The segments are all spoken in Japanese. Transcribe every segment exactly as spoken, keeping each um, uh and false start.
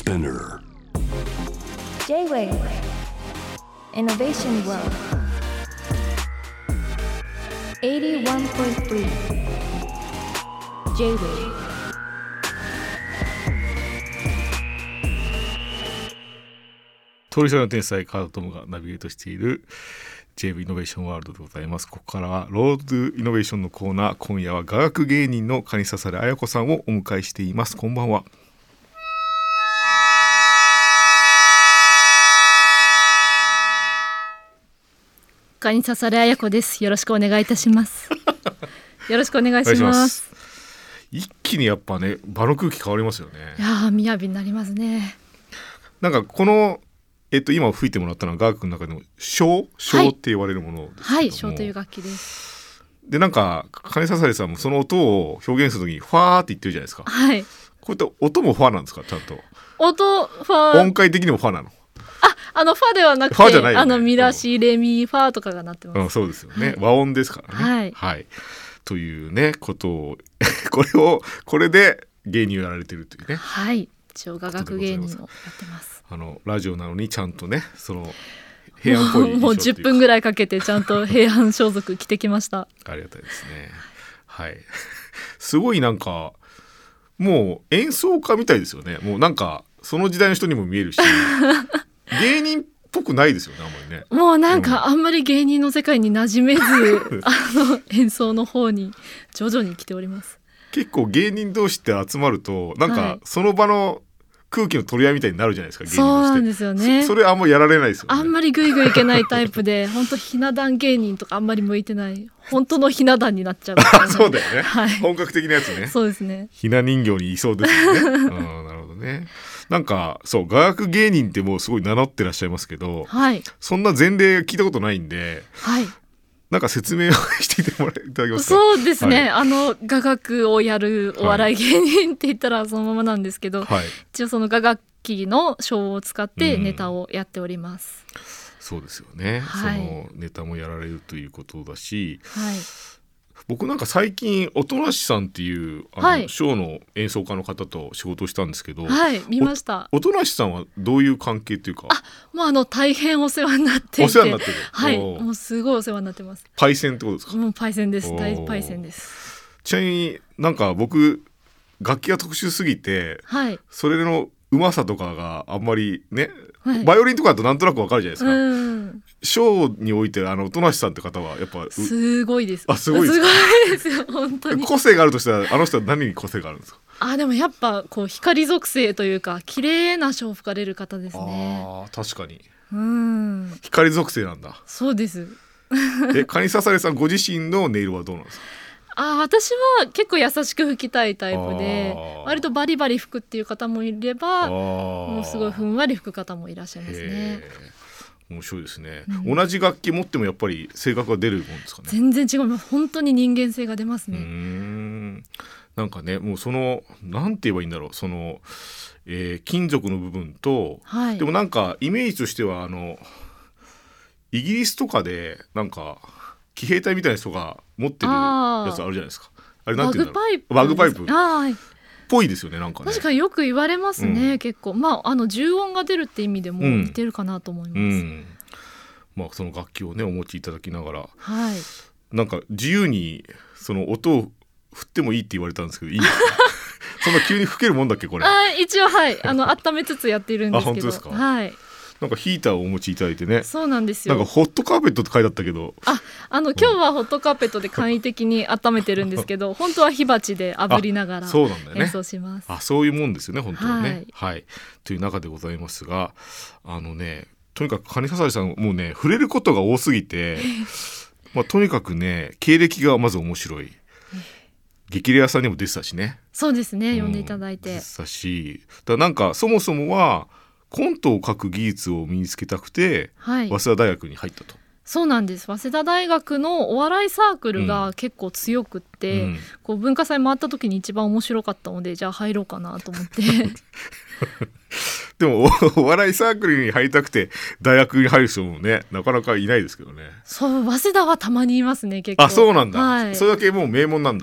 Spinner J-Wave Innovation World エイティワンポイントスリー J-Wave 通りすがりの天才カードトムがナビゲートしている J-Wave イノベーションワールドでございます。ここからはロードイノベーションのコーナー、今夜は雅楽芸人の蟹刺彩子さんをお迎えしています。こんばんは。 蟹刺彩子です。よろしくお願いいたしますよろしくお願いします。 お願いします。一気にやっぱね場の空気変わりますよね。 いやー雅になりますね。 なんかこのえっと今吹いてもらったのは雅楽の中でも笙笙って言われるものですけども、 はい、笙という楽器です。 でなんか蟹刺彩さんもその音を表現するときにファーって言ってるじゃないですか。 はい。 こういった音もファーなんですか？ちゃんと音ファー音階的にもファーなの？ あ、あのファではなくて、 ファじゃないよね、 あのミラシレミファとかがなってます、 うん、そうですよね、 はい、 和音ですからね。 はい、 はい、というねことをこれをこれで芸人をやられてるというね。 はい、一応雅楽芸人をやってます。 あのラジオなのにちゃんとねその平安っぽい衣装もうじゅっぷんぐらいかけてちゃんと平安装束着てきましたありがたいですね。はいすごいなんかもう演奏家みたいですよね。もうなんかその時代の人にも見えるし芸人っぽくないですよねあんまりね。 もうなんかあんまり芸人の世界に馴染めず、うん、あの演奏の方に徐々に来ております。 結構芸人同士って集まるとなんかその場の空気の取り合いみたいになるじゃないですか、芸人として。 そうなんですよね。 そ, それあんまやられないですよね。 あんまりグイグイいけないタイプで本当ひな壇芸人とかあんまり向いてない本当のひな壇になっちゃう、ね、 そうだよね、 はい、 本格的なやつね。 そうですね。 ひな人形にいそうですよね、うん、なるほどね。なんかそう雅楽芸人ってもうすごい名乗ってらっしゃいますけど、 はい、 そんな前例聞いたことないんで、はい、なんか説明をしていてもらいただけますか？ そうですね、はい、あの雅楽をやるお笑い芸人って言ったらそのままなんですけど、はい、一応その雅楽器の笙を使ってネタをやっております、 うん、そうですよね、はい、そのネタもやられるということだし、はい、僕なんか最近音無さんっていうあの、はい、笙の演奏家の方と仕事をしたんですけど、 はい見ました。 音無さんはどういう関係というか？ あ、もうあの大変お世話になっていて、 お世話になってる、 はい、もうすごいお世話になってます。 パイセンってことですか？ もうパイセンです。大パイセンです。 ちなみになんか僕楽器が特殊すぎて、はい、それのうまさとかがあんまりね、はい、バイオリンとかだとなんとなくわかるじゃないですか。うんショーにおいてあの音無さんって方はやっぱすごいです。 あ、すごいですか？ すごいですよ本当に。 個性があるとしたらあの人は何に個性があるんですか？ あ、でもやっぱこう光属性というか綺麗なショーを吹かれる方ですね。 あ、確かに、 うん、 光属性なんだ。 そうです。 え、蟹刺彩さんご自身の音色はどうなんですか？ あ、私は結構優しく吹きたいタイプで、割とバリバリ吹くっていう方もいればもうすごいふんわり吹く方もいらっしゃいますね。 面白いですね、うん、同じ楽器持ってもやっぱり性格が出るもんですかね？ 全然違う。本当に人間性が出ますね。 うーん、なんかねもうそのなんて言えばいいんだろう、その、えー、金属の部分と、はい、でもなんかイメージとしてはあのイギリスとかでなんか騎兵隊みたいな人が持ってるやつあるじゃないですか。あれなんて言うんだろう、バグパイプっぽいですよね。なんかね確かによく言われますね、うん、結構まああの重音が出るって意味でも似てるかなと思います、うんうん、 まあその楽器をねお持ちいただきながら、 はい、 なんか自由にその音を振ってもいいって言われたんですけどいいんですか？そんな急に吹けるもんだっけこれ？ あ、一応はいあの温めつつやっているんですけど。 あ、本当ですか？ はい、 なんかヒーターをお持ちいただいてね。 そうなんですよ。 なんかホットカーペットって書いてあったけど、 あ、あの今日はホットカーペットで簡易的に温めてるんですけど本当は火鉢で炙りながら演奏します。 あ、そういうもんですよね本当はね、はい、はい、という中でございますが、あのねとにかく蟹刺彩さんもうね触れることが多すぎてまあ、とにかくね経歴がまず面白い。激レアさんにも出てたしね。 そうですね、呼んでいただいて、 うん、出てたし、だからなんかそもそもはコントを書く技術を身につけたくて、はい、早稲田大学に入ったと。 そうなんです。早稲田大学のお笑いサークルが結構強くって、うん、こう文化祭回った時に一番面白かったのでじゃあ入ろうかなと思ってでも お, お笑いサークルに入りたくて大学に入る人もねなかなかいないですけどね。 そう、早稲田はたまにいますね結構。 あ、そうなんだ、 はい、 それだけもう名門なんだ。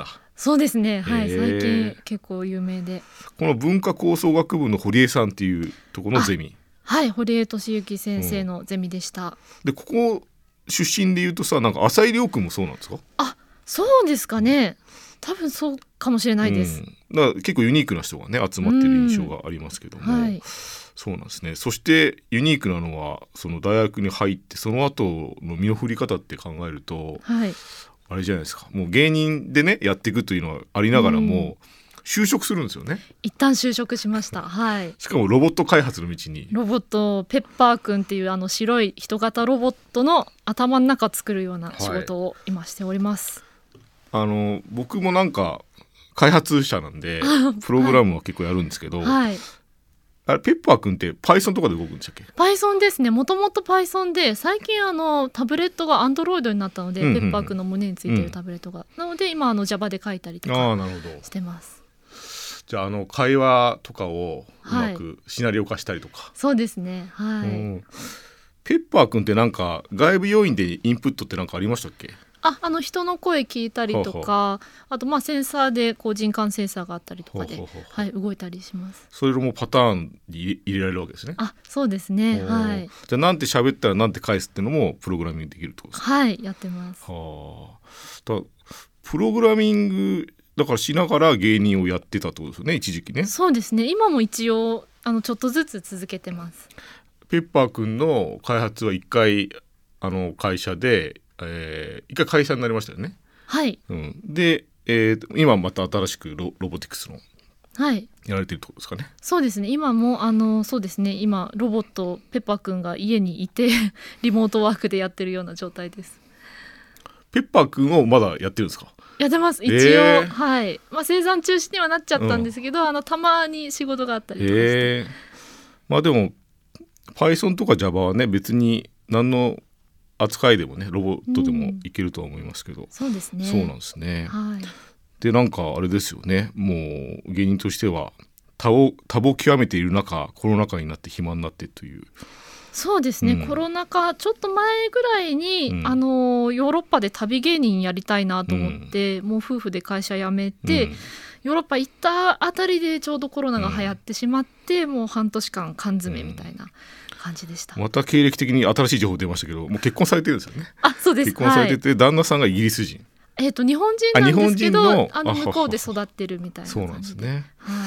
そうですね、はい、最近結構有名で、 この文化構想学部の堀江さんっていうところのゼミ。 はい、堀江俊之先生のゼミでした、うん、 でここ出身でいうとさ、なんか浅井亮君もそうなんですか？ あ、そうですかね、多分そうかもしれないです、 うん、だから結構ユニークな人がね集まってる印象がありますけども、うん、はい、そうなんですね。そしてユニークなのはその大学に入ってその後の身の振り方って考えると、はい、あれじゃないですか、もう芸人でねやっていくというのはありながらも、うん、就職するんですよね。 一旦就職しました、はい、 しかもロボット開発の道に。 ロボットペッパーくんっていうあの白い人型ロボットの頭の中作るような仕事を今しております、 はい、あの僕もなんか開発者なんでプログラムは結構やるんですけど、はい、あれペッパーくんって Python とかで動くんでしたっけ？ Python ですね。もともと Python で最近あのタブレットが Android になったので、うんうんうん、ペッパーくんの胸についているタブレットが、うん、なので今あの Java で書いたりとかしてます。 じゃあ、あの会話とかをうまくシナリオ化したりとか、はい、 そうですね、はい、うん、 ペッパーくんってなんか外部要因でインプットってなんかありましたっけ？ あ、あの人の声聞いたりとか、あとまあセンサーでこう人感センサーがあったりとかで、ほうほうほう、はい、動いたりします。 それもパターンに入れられるわけですね。 あ、そうですね、はい、 じゃあなんて喋ったらなんて返すっていうのもプログラミングできるってことですか？ はい、やってます。 はあ、だプログラミングだからしながら芸人をやってたってことですよね、一時期ね。 そうですね、今も一応あのちょっとずつ続けてます。 ペッパーくんの開発は一回あの会社でえー、一回会社になりましたよね。 はい、 うん、で、えー、今また新しく ロ, ロボティクスのやられてるってことですかね。 そうですね、今もあのそうですね、今ロボットペッパーくんが家にいてリモートワークでやってるような状態です。 ペッパーくんをまだやってるんですか？ やってます、一応、えー、はい、まあ、生産中止にはなっちゃったんですけど、うん、あのたまに仕事があったりとかして、えー、 まあでも Python とか Java はね別に何の扱いでもねロボットでもいけるとは思いますけど、うん、 そうですね、 そうなんですね、 はい、 でなんかあれですよね、もう芸人としては多忙多忙極めている中コロナ禍になって暇になってという。 そうですね、うん、コロナ禍ちょっと前ぐらいに、うん、あのヨーロッパで旅芸人やりたいなと思って、うん、もう夫婦で会社辞めて、うん、ヨーロッパ行ったあたりでちょうどコロナが流行ってしまって、うん、もう半年間缶詰みたいな感じでした。 また経歴的に新しい情報出ましたけど、もう結婚されてるんですよね。 あ、そうです、 結婚されてて、はい、旦那さんがイギリス人、 えー、と日本人なんですけど、あの向こうで育ってるみたいな感じで。 そうなんですね、 はい、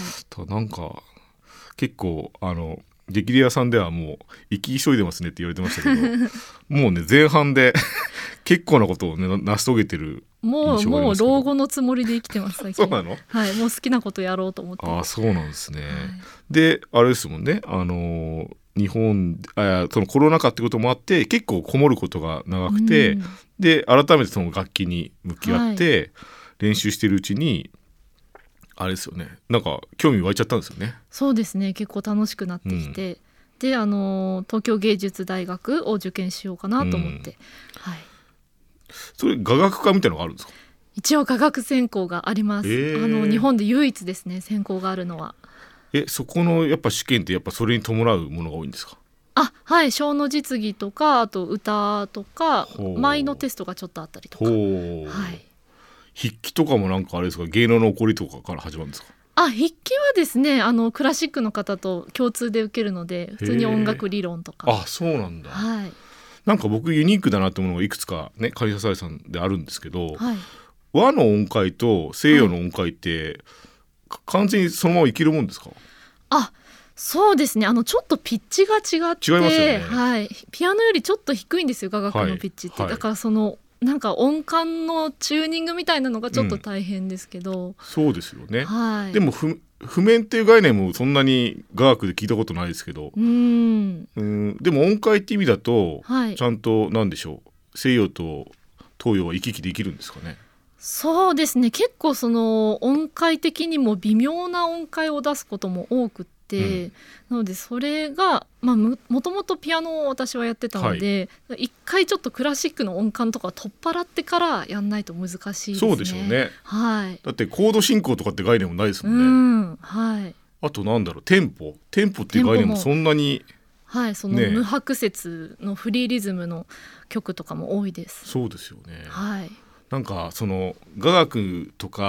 なんか結構あの激レアさんではもう生き急いでますねって言われてましたけどもうね前半で結構なことを、ね、成し遂げてる印象がありますけど、 もうもう老後のつもりで生きてます最近。 そうなの？ はい、もう好きなことやろうと思って。 あ、そうなんですね、はい、であれですもんね、あの日本あそのコロナ禍ってこともあって結構こもることが長くて、うん、で改めてその楽器に向き合って練習してるうちに、あれですよね、なんか興味湧いちゃったんですよね。 そうですね、結構楽しくなってきて、うん、であの東京芸術大学を受験しようかなと思って、うん、はい、 それ雅楽科みたいなのがあるんですか？ 一応雅楽専攻があります、えー、あの日本で唯一ですね、専攻があるのは。 えそこのやっぱ試験ってやっぱそれに伴うものが多いんですか？ あ、はい、小の実技とかあと歌とか舞のテストがちょっとあったりとか、はい、 筆記とかもなんかあれですか、芸能の起こりとかから始まるんですか？ あ、筆記はですね、あのクラシックの方と共通で受けるので普通に音楽理論とか。 あ、そうなんだ、 はい、 なんか僕ユニークだなと思うのがいくつかねカリササイさんであるんですけど、 はい、 和の音階と西洋の音階って、はい、完全にそのままいけるもんですか？ あ、そうですね、あのちょっとピッチが違って、 違いますよね、 はい、ピアノよりちょっと低いんですよ雅楽のピッチって、はいはい、だからそのなんか音感のチューニングみたいなのがちょっと大変ですけど、うん、 そうですよね、 はい、 でも譜面っていう概念もそんなに雅楽で聞いたことないですけど、 うん、 うん、でも音階って意味だと、 はい、 ちゃんとなんでしょう、西洋と東洋は行き来できるんですかね？ そうですね、結構その音階的にも微妙な音階を出すことも多くて、うん、なのでそれが、まあ、もともとピアノを私はやってたので、はい、一回ちょっとクラシックの音感とか取っ払ってからやんないと難しいですね。 そうでしょうね、 はい、 だってコード進行とかって概念もないですもんね、 うん、はい、 あとなんだろう、テンポテンポっていう概念もそんなに、 はい、その無拍節のフリーリズムの曲とかも多いです。 そうですよね、 はい、 なんかその雅楽とか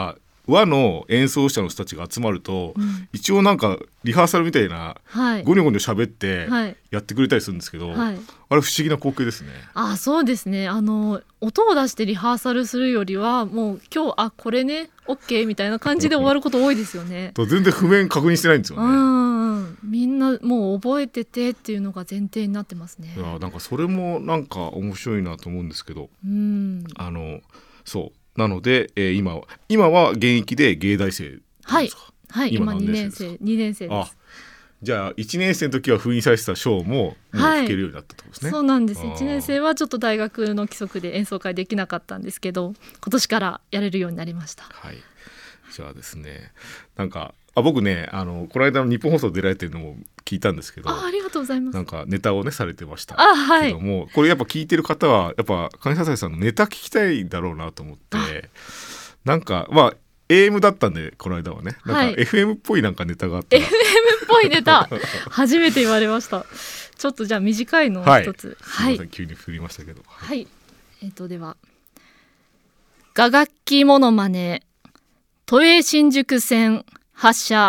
和の演奏者の人たちが集まると、うん、一応なんかリハーサルみたいな、はい、ゴニョゴニョ喋ってやってくれたりするんですけど、はい、あれ不思議な光景ですね。 あ、そうですね。あの音を出してリハーサルするよりはもう今日あこれね OK みたいな感じで終わること多いですよね。 全然譜面確認してないんですよね。 うんみんなもう覚えててっていうのが前提になってますね。 いやなんかそれもなんか面白いなと思うんですけど、うん、あのそうなので、えー、今は今は現役で芸大生ですか？ はい、はい、今にねん生にねん生です。 あ、じゃあいちねん生の時は封印されてたショーももう吹けるようになったってことですね。 はい、そうなんです。いちねん生はちょっと大学の規則で演奏会できなかったんですけど、今年からやれるようになりました。 はい、じゃあですね、なんかあ僕ねあのこの間の日本放送出られてるのも聞いたんですけど、 あ, ありがとうございます。 なんかネタをねされてましたあ、はい、 けども、これやっぱ聞いてる方はやっぱ金笹さんのネタ聞きたいだろうなと思って、なんかまあ エーエム だったんでこの間はね、なんか エフエム っぽいなんかネタがあったら、 はい、エフエム っぽいネタ初めて言われました。ちょっとじゃあ短いのを一つ、 はい、すいません、急に振りましたけど、 はい、はい、えーとでは雅楽器モノマネ都営新宿線発車。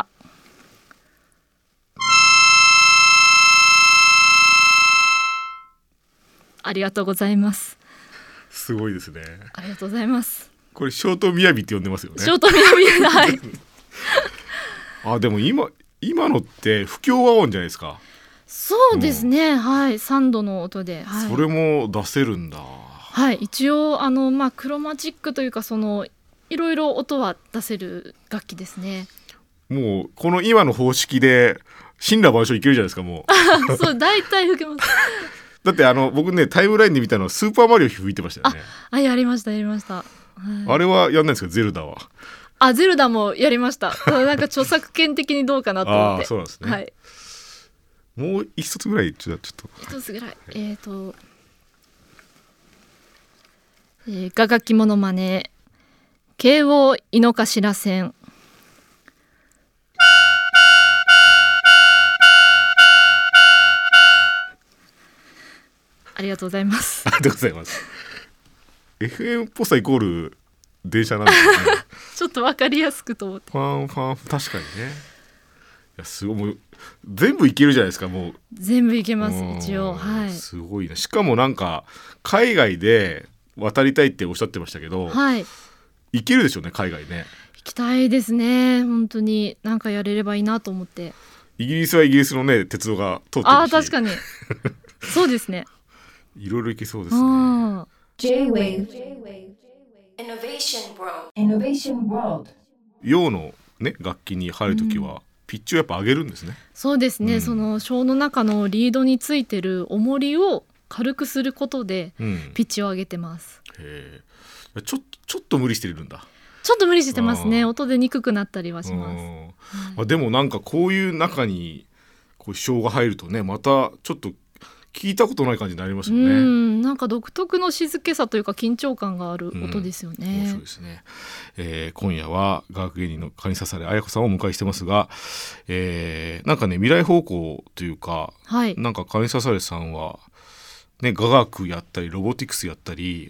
ありがとうございます。 すごいですね。 ありがとうございます。 これショートみやびって呼んでますよね。 ショートみやび、はい。 あ、でも今今のって不協和音じゃないですか。 そうですね、うん、はい、さんどの音で、はい、 それも出せるんだ。 はい、一応あの、まあ、クロマチックというかそのいろいろ音は出せる楽器ですね。 もうこの今の方式で神羅万象いけるじゃないですか。もうそう大体吹けますだってあの僕ねタイムラインで見たのはスーパーマリオ吹いてましたよね。 あ、やりましたやりました、はい、 あれはやんないですか？ゼルダは。 あ、ゼルダもやりました。なんか著作権的にどうかなと思って。 あ、そうなんですね、 はい、 もう一つぐらいちょっと一つぐらい、えーと、えー、雅楽器モノマネ京王井の頭線。ありがとうございます。 ありがとうございます。エフエム っぽさイコール電車なんですよね。 ちょっと分かりやすくと思って。 ファンファン確かにね。いやすごい、もう全部いけるじゃないですか。もう全部いけます一応、はい、 すごいな。しかもなんか海外で渡りたいっておっしゃってましたけど、 はい、 いけるでしょうね海外ね。 行きたいですね。本当になんかやれればいいなと思って。 イギリスはイギリスのね鉄道が通ってるし、 あ、確かにそうですね。 いろいろ行けそうですね。 J-Wave Innovation World Innovation World 洋の、ね、楽器に入るときは、うん、ピッチをやっぱ上げるんですね。 そうですね、うん、その小の中のリードについてる重りを軽くすることで、うん、ピッチを上げてます。 へー、ちょ、ちょっと無理してるんだ。 ちょっと無理してますね。音でにくくなったりはします、はい、 まあ、でもなんかこういう中にこう小が入るとね、またちょっと聞いたことない感じになりますよね。うん、 なんか独特の静けさというか緊張感がある音ですよね。 うん、面白いですね。えー、今夜は雅楽芸人の金笹彩子さんをお迎えしてますが、えー、なんかね未来方向というか、はい、なんか金笹さんはね、雅楽やったりロボティクスやったり、うん、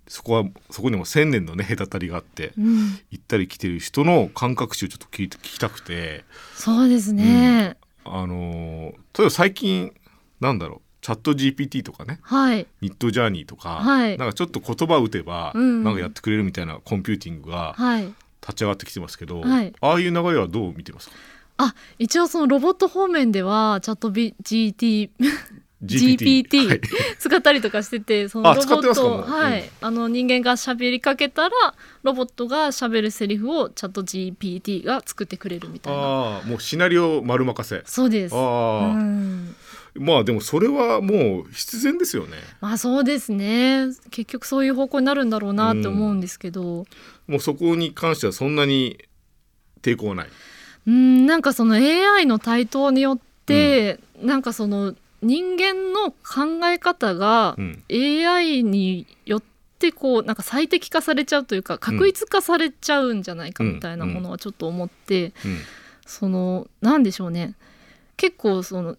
そこはそこにも千年のね隔たりがあって、うん、行ったり来てる人の感覚値をちょっと聞いて聞きたくて。 そうですね、 うん、あの例えば最近なんだろう、チャット ジーピーティー とかね、はい、ミッドジャーニーとか、はい、なんかちょっと言葉を打てば、うん、なんかやってくれるみたいなコンピューティングが立ち上がってきてますけど、はい、ああいう流れはどう見てますか？ あ、一応そのロボット方面ではチャット ジーティージーピーティー はい、使ったりとかしてて、そのロボット、はい、うん、あの人間が喋りかけたらロボットが喋るセリフをチャット ジーピーティー が作ってくれるみたいな。 あ、もうシナリオ丸任せ。 そうです。あ、 うん、まあでもそれはもう必然ですよね。 まあそうですね。結局そういう方向になるんだろうなって思うんですけど、うん、 もうそこに関してはそんなに抵抗はない。 うん、なんかその エーアイ の台頭によって、うん、なんかその人間の考え方が エーアイ によってこうなんか最適化されちゃうというか確一化されちゃうんじゃないかみたいなものはちょっと思って、うんうん、そのなんでしょうね、結構その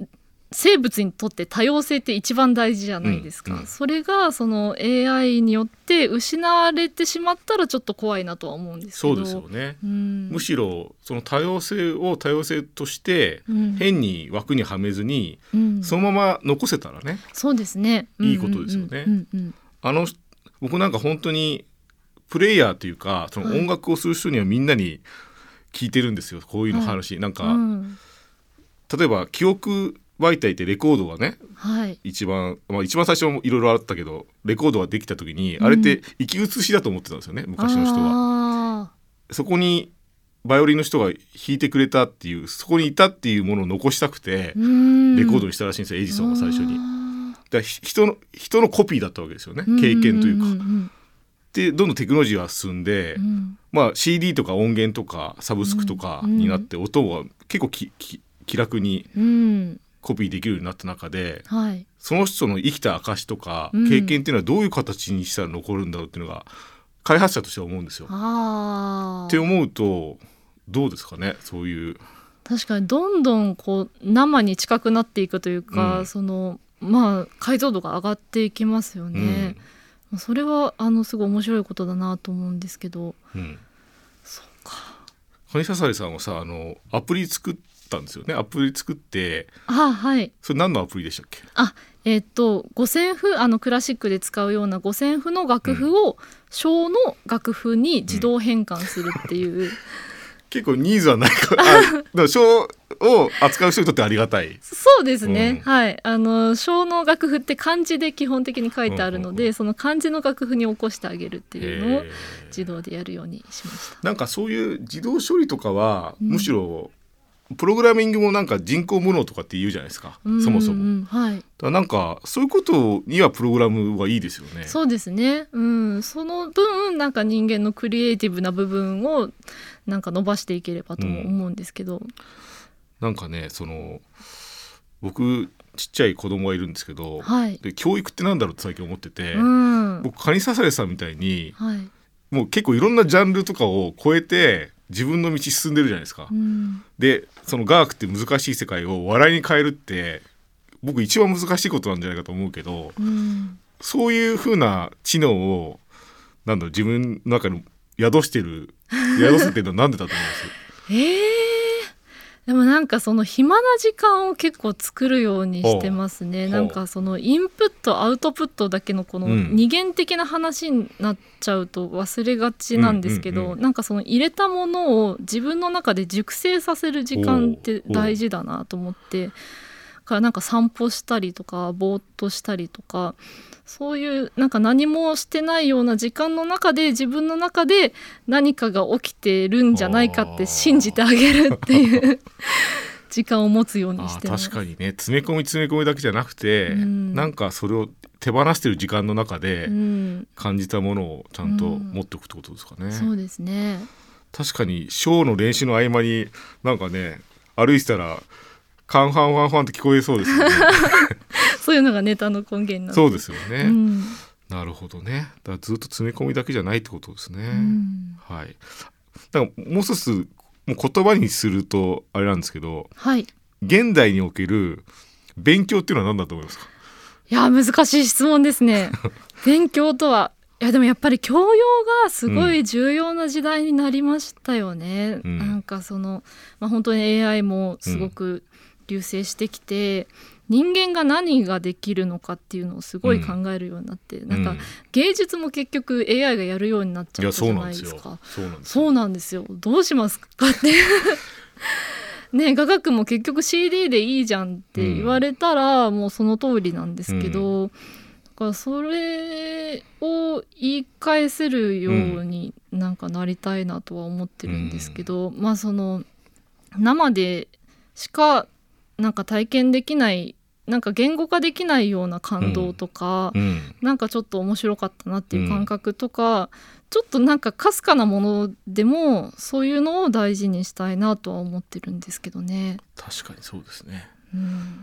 生物にとって多様性って一番大事じゃないですか、うんうん、それがその エーアイ によって失われてしまったらちょっと怖いなとは思うんですけど。 そうですよね、うん、むしろその多様性を多様性として変に枠にはめずに、うん、そのまま残せたらね、 そうですね、 いいことですよね、うんうんうん、あの僕なんか本当にプレイヤーというかその音楽をする人にはみんなに聞いてるんですよ、こういうの話、はい、なんか、うん、例えば記憶媒体ってレコードがね、はい、一番、まあ、一番最初はいろいろあったけどレコードができた時に、うん、あれって生き写しだと思ってたんですよね、昔の人は。そこにバイオリンの人が弾いてくれたっていう、そこにいたっていうものを残したくてレコードにしたらしいんですよ、エジソンが最初に。だから人の、人のコピーだったわけですよね、経験というか、うんうんうん、でどんどんテクノロジーは進んで、うんまあ、シーディー とか音源とかサブスクとかになって、うん、音は結構きき気楽にコピーできるようになった中で、うんはい、その人の生きた証とか経験っていうのはどういう形にしたら残るんだろうっていうのが開発者としては思うんですよ。あって思うとどうですかね、そういう。 確かにどんどんこう生に近くなっていくというか、うん、そのまあ解像度が上がっていきますよね、うん、それはあのすごい面白いことだなと思うんですけど、うん、そうか。 金刺さりさんはさあのアプリ作ったんですよね。アプリ作って、 あ、はい、 それ何のアプリでしたっけ。 あ、えー、っと五線譜、あのクラシックで使うような五線譜の楽譜を小の楽譜に自動変換するっていう、うん、 結構ニーズはないから小を扱う人にとってありがたい。 そうですね、うん、はい、あの小の楽譜って漢字で基本的に書いてあるので、うんうんうん、その漢字の楽譜に起こしてあげるっていうのを自動でやるようにしました。 なんかそういう自動処理とかは、うん、むしろプログラミングもなんか人工無能とかって言うじゃないですか、うんうんうん、そもそも、はい、だからなんかそういうことにはプログラムはいいですよね。 そうですね、うん、その分なんか人間のクリエイティブな部分をなんか伸ばしていければとも思うんですけど、うん、 なんかね、その僕ちっちゃい子供がいるんですけど、はい、で教育ってなんだろうって最近思ってて、うん、僕カニササレさんみたいに、はい、もう結構いろんなジャンルとかを超えて自分の道進んでるじゃないですか、うん、でその雅楽って難しい世界を笑いに変えるって僕一番難しいことなんじゃないかと思うけど、うん、そういう風な知能をなんだろう自分の中に宿してる宿せてるのはなんでだと思いますえー、でもなんかその暇な時間を結構作るようにしてますね。なんかそのインプットアウトプットだけのこの二元的な話になっちゃうと忘れがちなんですけど、うんうんうん、なんかその入れたものを自分の中で熟成させる時間って大事だなと思って、からなんか散歩したりとかぼーっとしたりとか、そういうなんか何もしてないような時間の中で自分の中で何かが起きてるんじゃないかって信じてあげるっていう時間を持つようにしてます。 あ、確かにね、詰め込み詰め込みだけじゃなくて、うん、なんかそれを手放してる時間の中で感じたものをちゃんと持っておくってことですかね、うんうん、 そうですね。 確かにショーの練習の合間になんかね歩いてたらカンファンファンファンって聞こえそうですよねそういうのがネタの根源なんで。 そうですよね、うん、なるほどね。だからずっと詰め込みだけじゃないってことですね、うん、はい。だからもう一つもう言葉にするとあれなんですけど、はい、現代における勉強っていうのは何だと思いますか。 いや難しい質問ですね勉強とはいやでもやっぱり教養がすごい重要な時代になりましたよね、うん、なんかその、まあ、本当に エーアイ もすごく隆盛してきて、うん、人間が何ができるのかっていうのをすごい考えるようになって、うん、なんか芸術も結局 エーアイ がやるようになっちゃったじゃないですか。そうなんですよ。どうしますかってね、雅楽も結局 シーディー でいいじゃんって言われたらもうその通りなんですけど、うん、だからそれを言い返せるようになんかなりたいなとは思ってるんですけど、うん、まあその生でしかなんか体験できないなんか言語化できないような感動とか、うん、なんかちょっと面白かったなっていう感覚とか、うん、ちょっとなんかかすかなものでもそういうのを大事にしたいなとは思ってるんですけどね。 確かにそうですね、うん、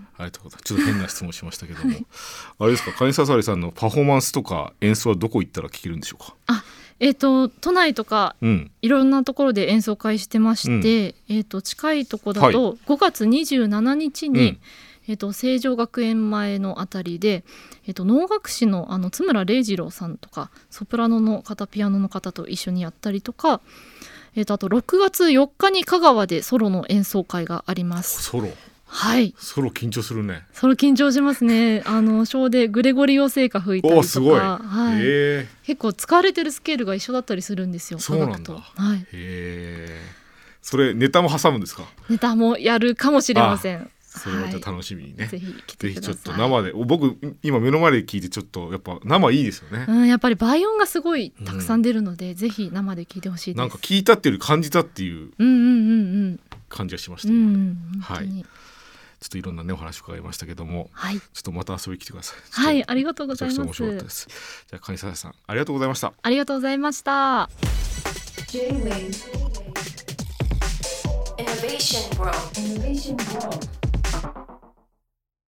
ありがとうございます。ちょっと変な質問しましたけども、はい、あれですか、金刺さりさんのパフォーマンスとか演奏はどこ行ったら聴けるんでしょうか。 あ、えーと、都内とか、うん、いろんなところで演奏会してまして、うん、えーと、近いところだとごがつにじゅうしちにちに、うん、 えー、と成城学園前のあたりで、えー、と能楽師のあの津村礼二郎さんとかソプラノの方ピアノの方と一緒にやったりとか、えー、とあとろくがつよっかに香川でソロの演奏会があります。 ソロはい、 ソロ緊張するね。 ソロ緊張しますね。あの小でグレゴリオ聖歌吹いたりとか、 すごい、 はい、結構使われてるスケールが一緒だったりするんですよ。 そうなんだ。 はい、 へー、それネタも挟むんですか？ ネタもやるかもしれません。 それまた楽しみにね、はい、ぜひ来てください。 ぜひちょっと生で、僕今目の前で聞いてちょっとやっぱ生いいですよね、 うん、やっぱり倍音がすごいたくさん出るので、うん、ぜひ生で聞いてほしいです。 なんか聞いたっていうより感じたっていう感じがしました、 うんうんうんうん、 はい、ちょっといろんなねお話伺いましたけども、 はい、 ちょっとまた遊びに来てください。 はい、ありがとうございます。 めちゃくちゃ面白かったです。じゃあ蟹沢さんありがとうございました。 ありがとうございました。 J-Wave Innovation World Innovation World